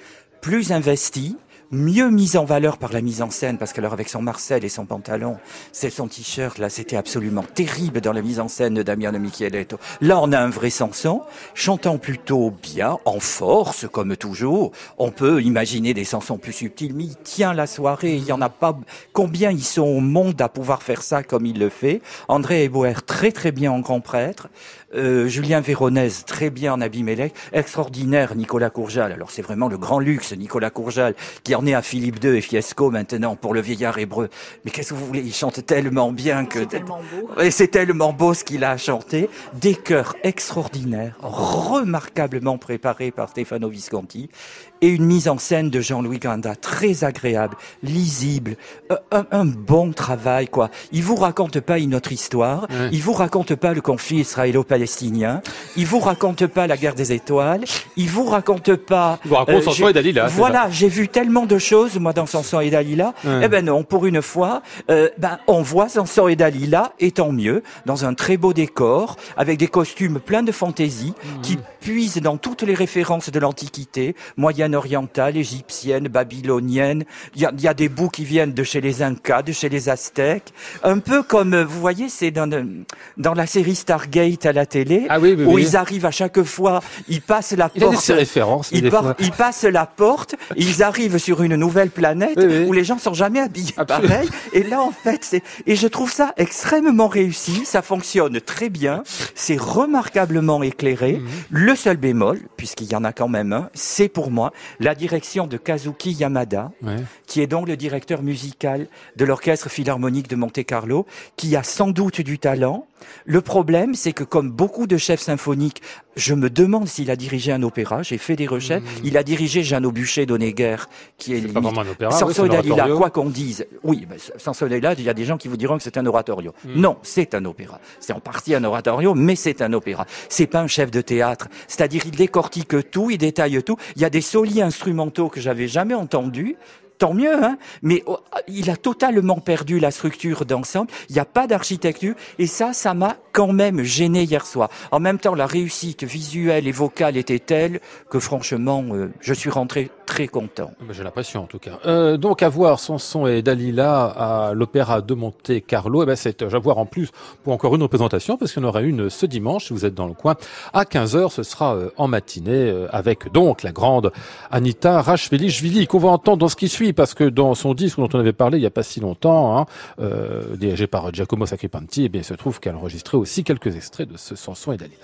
plus investi, mieux mise en valeur par la mise en scène, parce qu'alors avec son Marcel et son pantalon, c'est son t-shirt, là, c'était absolument terrible dans la mise en scène de Damiano Micheletto. Là, on a un vrai Samson, chantant plutôt bien, en force, comme toujours. On peut imaginer des chansons plus subtiles, mais il tient la soirée, il y en a pas, combien ils sont au monde à pouvoir faire ça comme il le fait. André Eboer, très très bien en grand prêtre. Euh, Julien Véronèse, très bien en Abimélec, extraordinaire Nicolas Courjal. Alors c'est vraiment le grand luxe, Nicolas Courjal, qui en est à Philippe deux et Fiesco maintenant pour le vieillard hébreu. Mais qu'est-ce que vous voulez, il chante tellement bien que... C'est tellement beau. Et c'est tellement beau ce qu'il a chanté. Des chœurs extraordinaires, remarquablement préparés par Stefano Visconti, et une mise en scène de Jean-Louis Grinda très agréable, lisible, un, un bon travail, quoi. Il vous raconte pas une autre histoire, ouais. il vous raconte pas le conflit israélo-palestinien, il vous raconte pas la guerre des étoiles, il vous raconte pas... Il vous raconte euh, Samson et Dalila. Voilà, j'ai vu tellement de choses, moi, dans Samson et Dalila. Ouais. Eh ben non, pour une fois, euh, ben, on voit Samson et Dalila, et tant mieux, dans un très beau décor, avec des costumes pleins de fantaisie, mmh. qui puisent dans toutes les références de l'Antiquité, moyenne orientale, égyptienne, babylonienne. Il y a, il y a des bouts qui viennent de chez les Incas, de chez les Aztèques. Un peu comme, vous voyez, c'est dans, dans la série Stargate à la télé, ah oui, oui, où oui. ils arrivent à chaque fois, ils passent la il porte. Il y a des références. Ils, des par, ils passent la porte, ils arrivent sur une nouvelle planète oui, oui. où les gens sont jamais habillés Absolument. pareil. Et là, en fait, c'est, et je trouve ça extrêmement réussi. Ça fonctionne très bien. C'est remarquablement éclairé. Mm-hmm. Le seul bémol, puisqu'il y en a quand même un, c'est pour moi la direction de Kazuki Yamada, ouais. qui est donc le directeur musical de l'Orchestre Philharmonique de Monte-Carlo, qui a sans doute du talent. Le problème, c'est que comme beaucoup de chefs symphoniques, je me demande s'il a dirigé un opéra, j'ai fait des recherches, mmh. il a dirigé Jeannot Bûcher d'Honegger, qui est... C'est pas vraiment un opéra, Samson oui, et Dalila, quoi qu'on dise. Oui, ben, Samson et Dalila, il y a des gens qui vous diront que c'est un oratorio. Mmh. Non, c'est un opéra. C'est en partie un oratorio, mais c'est un opéra. C'est pas un chef de théâtre. C'est-à-dire, il décortique tout, il détaille tout. Il y a des solis instrumentaux que j'avais jamais entendus. Tant mieux, hein. Mais il a totalement perdu la structure d'ensemble. Il n'y a pas d'architecture. Et ça, ça m'a quand même gêné hier soir. En même temps, la réussite visuelle et vocale était telle que franchement, euh, je suis rentré très content. J'ai l'impression en tout cas. Euh, donc à voir Samson et Dalila à l'Opéra de Monte Carlo. Et ben c'est à voir en plus pour encore une représentation parce qu'il y en aura une ce dimanche si vous êtes dans le coin à quinze heures. Ce sera euh, en matinée euh, avec donc la grande Anita Rachvili-Chvili qu'on va entendre dans ce qui suit parce que dans son disque dont on avait parlé il y a pas si longtemps, hein, euh, dirigé par Giacomo Sacripanti, eh bien il se trouve qu'elle a enregistré aussi quelques extraits de ce Samson et Dalila.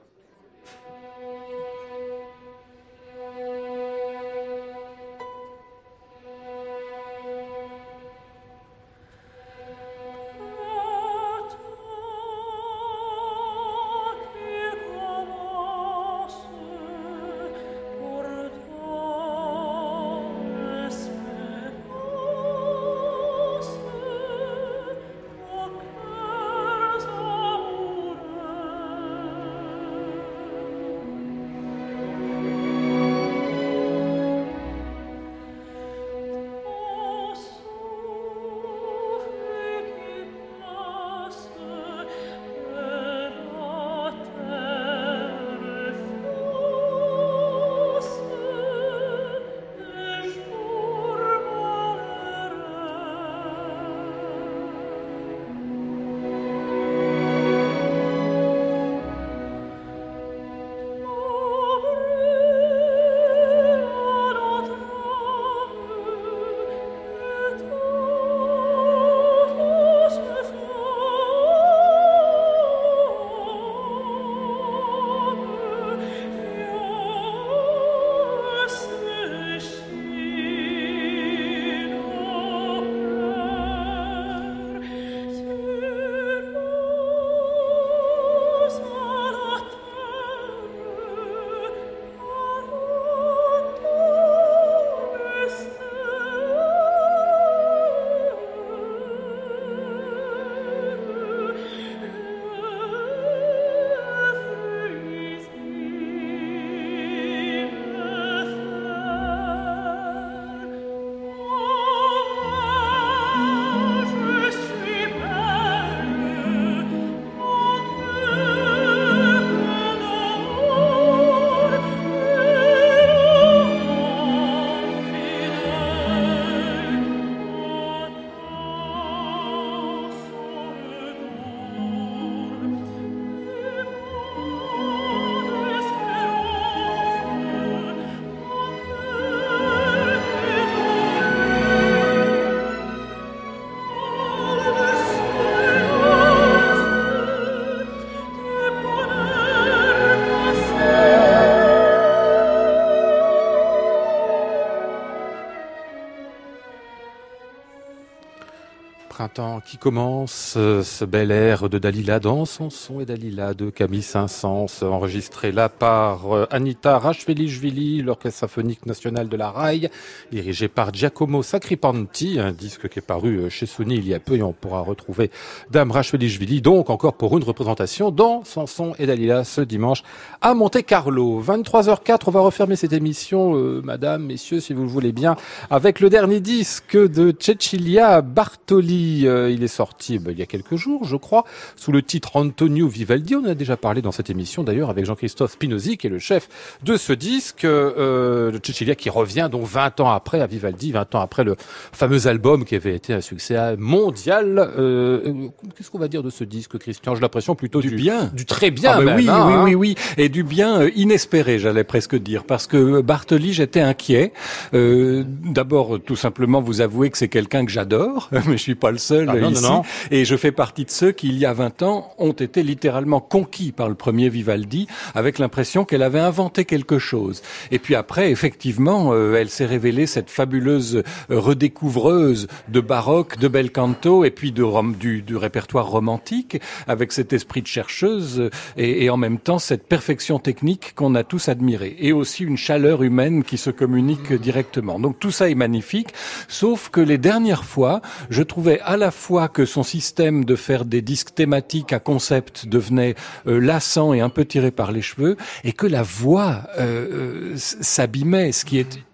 Printemps qui commence, euh, ce bel air de Dalila dans Samson et Dalila de Camille Saint-Saëns, enregistré là par euh, Anita Rachvili-Chvili, l'Orchestre symphonique national de la Rai, dirigé par Giacomo Sacripanti, un disque qui est paru euh, chez Sony il y a peu et on pourra retrouver Dame Rachvili-Chvili, donc encore pour une représentation dans Samson et Dalila ce dimanche à Monte Carlo. vingt-trois heures quatre, on va refermer cette émission, euh, madame, messieurs, si vous le voulez bien, avec le dernier disque de Cecilia Bartoli. Euh, il est sorti ben, il y a quelques jours, je crois, sous le titre Antonio Vivaldi. On en a déjà parlé dans cette émission, d'ailleurs, avec Jean-Christophe Spinozzi, qui est le chef de ce disque. Euh, de Cecilia qui revient donc vingt ans après à Vivaldi, vingt ans après le fameux album qui avait été un succès mondial. Euh, qu'est-ce qu'on va dire de ce disque, Christian? J'ai l'impression plutôt du, du bien, du très bien. Ah ben même, oui, hein, oui, oui, oui, et du bien euh, inespéré, j'allais presque dire, parce que Bartoli, j'étais inquiet. Euh, d'abord, tout simplement, vous avouez que c'est quelqu'un que j'adore, mais je suis pas le seul ah non, ici, non, non. et je fais partie de ceux qui, il y a vingt ans, ont été littéralement conquis par le premier Vivaldi, avec l'impression qu'elle avait inventé quelque chose. Et puis après, effectivement, euh, elle s'est révélée cette fabuleuse euh, redécouvreuse de baroque, de bel canto, et puis de rom- du, du répertoire romantique, avec cet esprit de chercheuse, euh, et, et en même temps cette perfection technique qu'on a tous admirée, et aussi une chaleur humaine qui se communique directement. Donc tout ça est magnifique, sauf que les dernières fois, je trouvais à la fois que son système de faire des disques thématiques à concept devenait euh, lassant et un peu tiré par les cheveux, et que la voix euh, euh, s'abîmait, ce qui est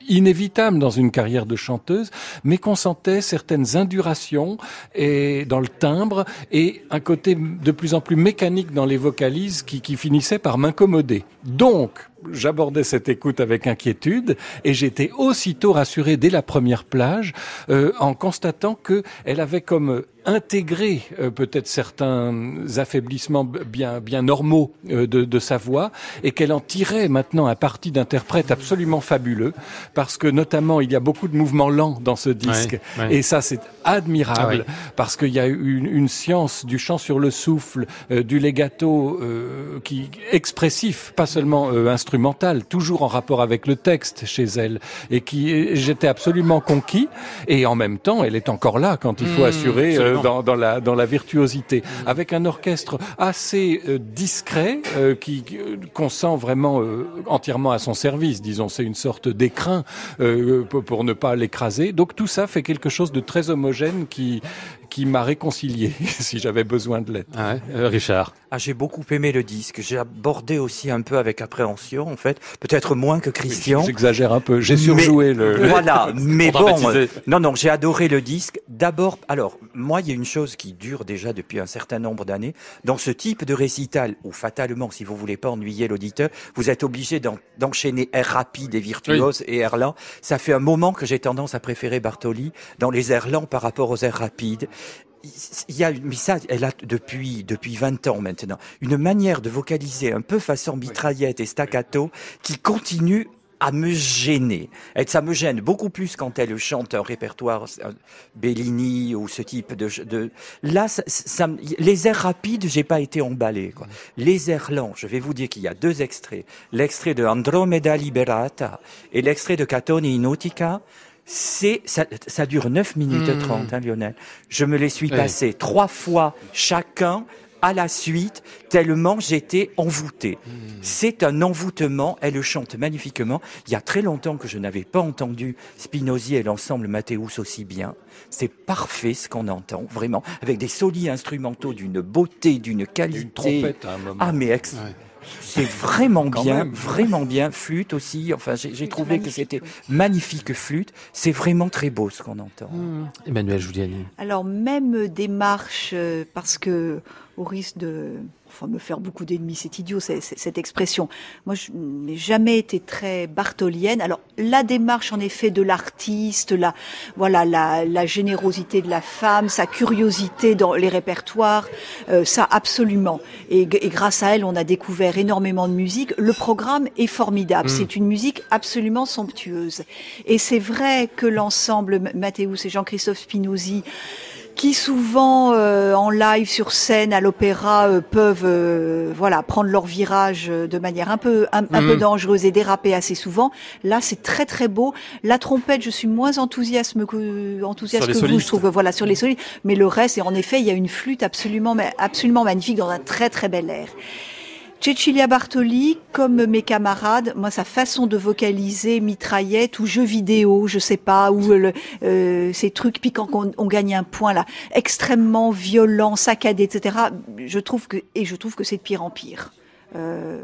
inévitable dans une carrière de chanteuse, mais qu'on sentait certaines indurations et dans le timbre et un côté de plus en plus mécanique dans les vocalises qui, qui finissait par m'incommoder. Donc, j'abordais cette écoute avec inquiétude et j'étais aussitôt rassuré dès la première plage euh, en constatant que elle avait comme intégré euh, peut-être certains affaiblissements bien bien normaux euh, de, de sa voix et qu'elle en tirait maintenant un parti d'interprète absolument fabuleux parce que notamment il y a beaucoup de mouvements lents dans ce disque ouais, ouais. et ça c'est admirable ah, ouais. parce qu'il y a une, une science du chant sur le souffle, euh, du legato euh, qui expressif, pas seulement euh, instrumental, toujours en rapport avec le texte chez elle et qui j'étais absolument conquis et en même temps elle est encore là quand il faut mmh, assurer euh, dans, dans la dans la virtuosité mmh. avec un orchestre assez euh, discret euh, qui qu'on sent vraiment euh, entièrement à son service, disons c'est une sorte d'écrin euh, pour, pour ne pas l'écraser. Donc tout ça fait quelque chose de très homogène qui qui m'a réconcilié si j'avais besoin de l'aide. Ah ouais, euh, Richard. Ah, j'ai beaucoup aimé le disque. J'ai abordé aussi un peu avec appréhension, en fait. Peut-être moins que Christian. J'exagère un peu. J'ai surjoué mais, le... Voilà. Mais bon, euh, non, non, j'ai adoré le disque. D'abord, alors, moi, il y a une chose qui dure déjà depuis un certain nombre d'années. Dans ce type de récital, où fatalement, si vous voulez pas ennuyer l'auditeur, vous êtes obligé d'en, d'enchaîner air rapide et virtuose oui. et air lent. Ça fait un moment que j'ai tendance à préférer Bartoli dans les airs lents par rapport aux airs rapides. Il y a, mais ça, elle a depuis depuis vingt ans maintenant une manière de vocaliser un peu façon mitraillette et staccato qui continue à me gêner. Et ça me gêne beaucoup plus quand elle chante un répertoire Bellini ou ce type de... de... Là, ça, ça, les airs rapides, j'ai pas été emballé, quoi. Les airs lents, je vais vous dire qu'il y a deux extraits. L'extrait de Andromeda Liberata et l'extrait de Catone Inutica. C'est, ça, ça dure neuf minutes mmh. trente, hein, Lionel. Je me les suis ouais. passés trois fois chacun à la suite, tellement j'étais envoûté. Mmh. C'est un envoûtement, elle chante magnifiquement. Il y a très longtemps que je n'avais pas entendu Spinozzi et l'ensemble Mathéus aussi bien. C'est parfait ce qu'on entend, vraiment, avec des solis instrumentaux d'une beauté, d'une qualité. Une trompette à un moment. Ah, mais ex- ouais. C'est vraiment bien, vraiment bien. Flûte aussi. Enfin, j'ai, j'ai trouvé que c'était magnifique flûte. C'est vraiment très beau ce qu'on entend. Mmh. Emmanuelle Giuliani. Alors même démarche, euh, parce que au risque de, enfin, me faire beaucoup d'ennemis, c'est idiot, c'est, c'est, cette expression. Moi, je n'ai jamais été très bartolienne. Alors la démarche, en effet, de l'artiste, la, voilà, la, la générosité de la femme, sa curiosité dans les répertoires, euh, ça absolument. Et, et grâce à elle, on a découvert énormément de musique. Le programme est formidable. Mmh. C'est une musique absolument somptueuse. Et c'est vrai que l'ensemble Mathéus et Jean-Christophe Spinozzi, qui souvent euh, en live sur scène à l'opéra euh, peuvent euh, voilà prendre leur virage de manière un peu un, un mmh. peu dangereuse et déraper assez souvent. Là, c'est très très beau. La trompette, je suis moins enthousiaste que enthousiaste que solistes. vous, je trouve. Voilà, sur les solistes. Mais le reste, et en effet, il y a une flûte absolument absolument magnifique dans un très très bel air. Cecilia Bartoli, comme mes camarades, moi, sa façon de vocaliser, mitraillette ou jeu vidéo, je sais pas, ou le, euh, ces trucs piquants qu'on on gagne un point là, extrêmement violent, saccadé, et cetera. Je trouve que et je trouve que c'est de pire en pire. Euh,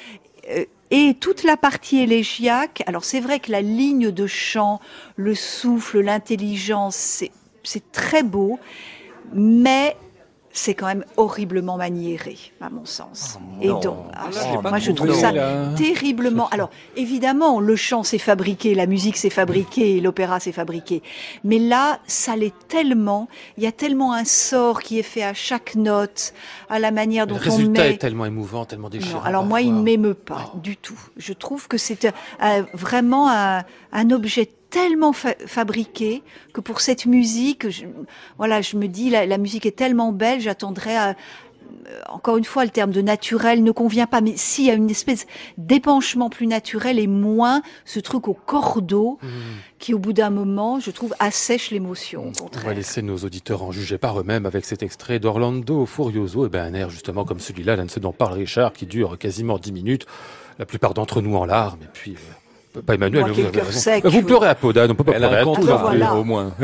et toute la partie élégiaque. Alors c'est vrai que la ligne de chant, le souffle, l'intelligence, c'est c'est très beau, mais c'est quand même horriblement maniéré, à mon sens. Oh, et donc, ah, oh, moi, je trouve ça là. terriblement... Alors, évidemment, le chant s'est fabriqué, la musique s'est fabriquée, l'opéra s'est fabriqué. Mais là, ça l'est tellement. Il y a tellement un sort qui est fait à chaque note, à la manière dont on met... Le résultat est tellement émouvant, tellement déchirant. Non, alors moi, il ne m'émeut pas du tout. Je trouve que c'est euh, vraiment un, un objet tellement fa- fabriqué que pour cette musique, je, voilà, je me dis la, la musique est tellement belle, j'attendrais à, euh, encore une fois, le terme de naturel ne convient pas, mais s'il y a une espèce d'épanchement plus naturel et moins ce truc au cordeau mmh. qui, au bout d'un moment, je trouve, assèche l'émotion. Au contraire. On va laisser nos auditeurs en juger par eux-mêmes avec cet extrait d'Orlando Furioso, et ben un air justement comme celui-là, l'un de ceux dont parle Richard, qui dure quasiment dix minutes, la plupart d'entre nous en larmes, et puis... Euh, Pas Emmanuel, Moi, vous avez raison. Sec, vous oui. pleurez à Podane, on peut pas Elle pleurer a à un tout, compte à voilà. remplir, au moins.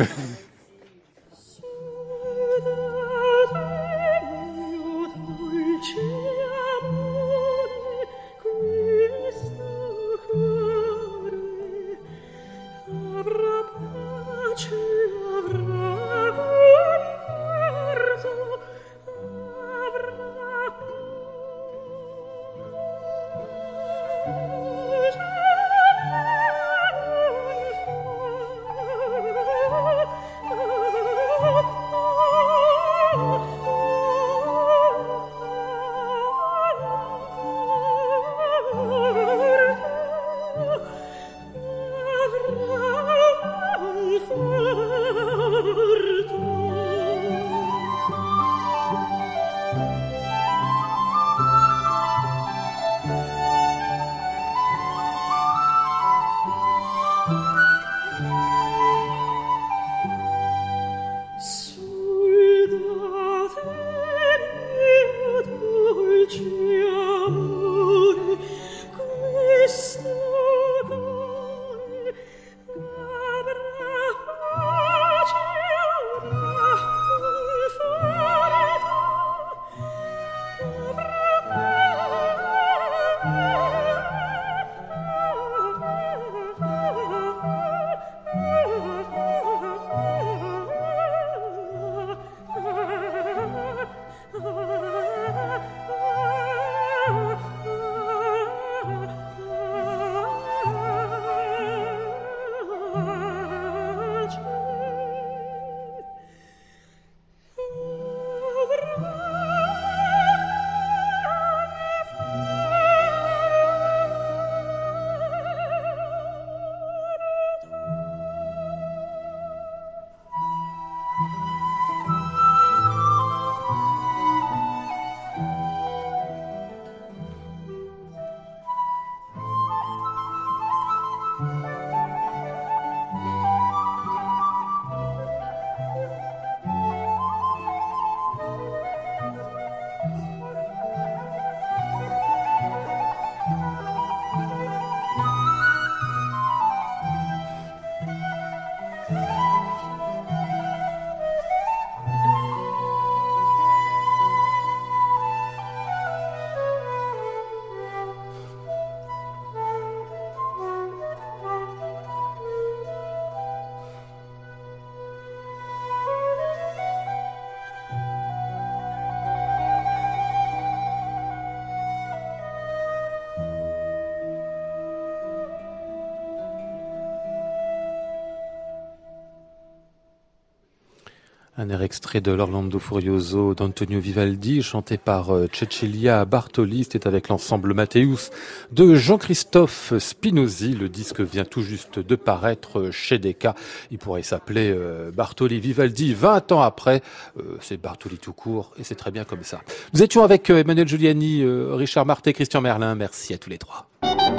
Un air extrait de l'Orlando Furioso d'Antonio Vivaldi, chanté par Cecilia Bartoli. C'était avec l'ensemble Matteus de Jean-Christophe Spinozzi. Le disque vient tout juste de paraître chez Decca. Il pourrait s'appeler Bartoli Vivaldi vingt ans après. C'est Bartoli tout court et c'est très bien comme ça. Nous étions avec Emmanuel Giuliani, Richard Marté, Christian Merlin. Merci à tous les trois.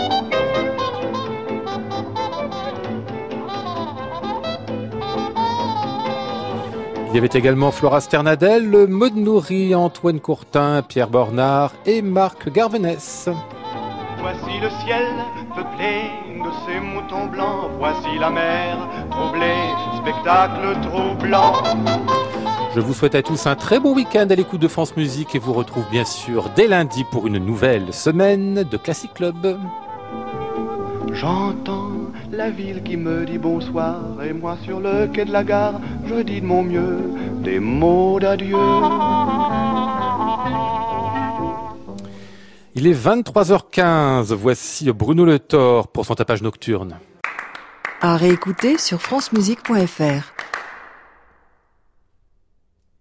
Il y avait également Flora Sternadel, Maud Nourri, Antoine Courtin, Pierre Bornard et Marc Garvenès. Voici le ciel peuplé de ces moutons blancs. Voici la mer troublée, spectacle troublant. Je vous souhaite à tous un très bon week-end à l'écoute de France Musique et vous retrouve bien sûr dès lundi pour une nouvelle semaine de Classic Club. J'entends la ville qui me dit bonsoir et moi sur le quai de la gare, je dis de mon mieux des mots d'adieu. Il est vingt-trois heures quinze, voici Bruno Le Thor pour son tapage nocturne. À réécouter sur francemusique point f r.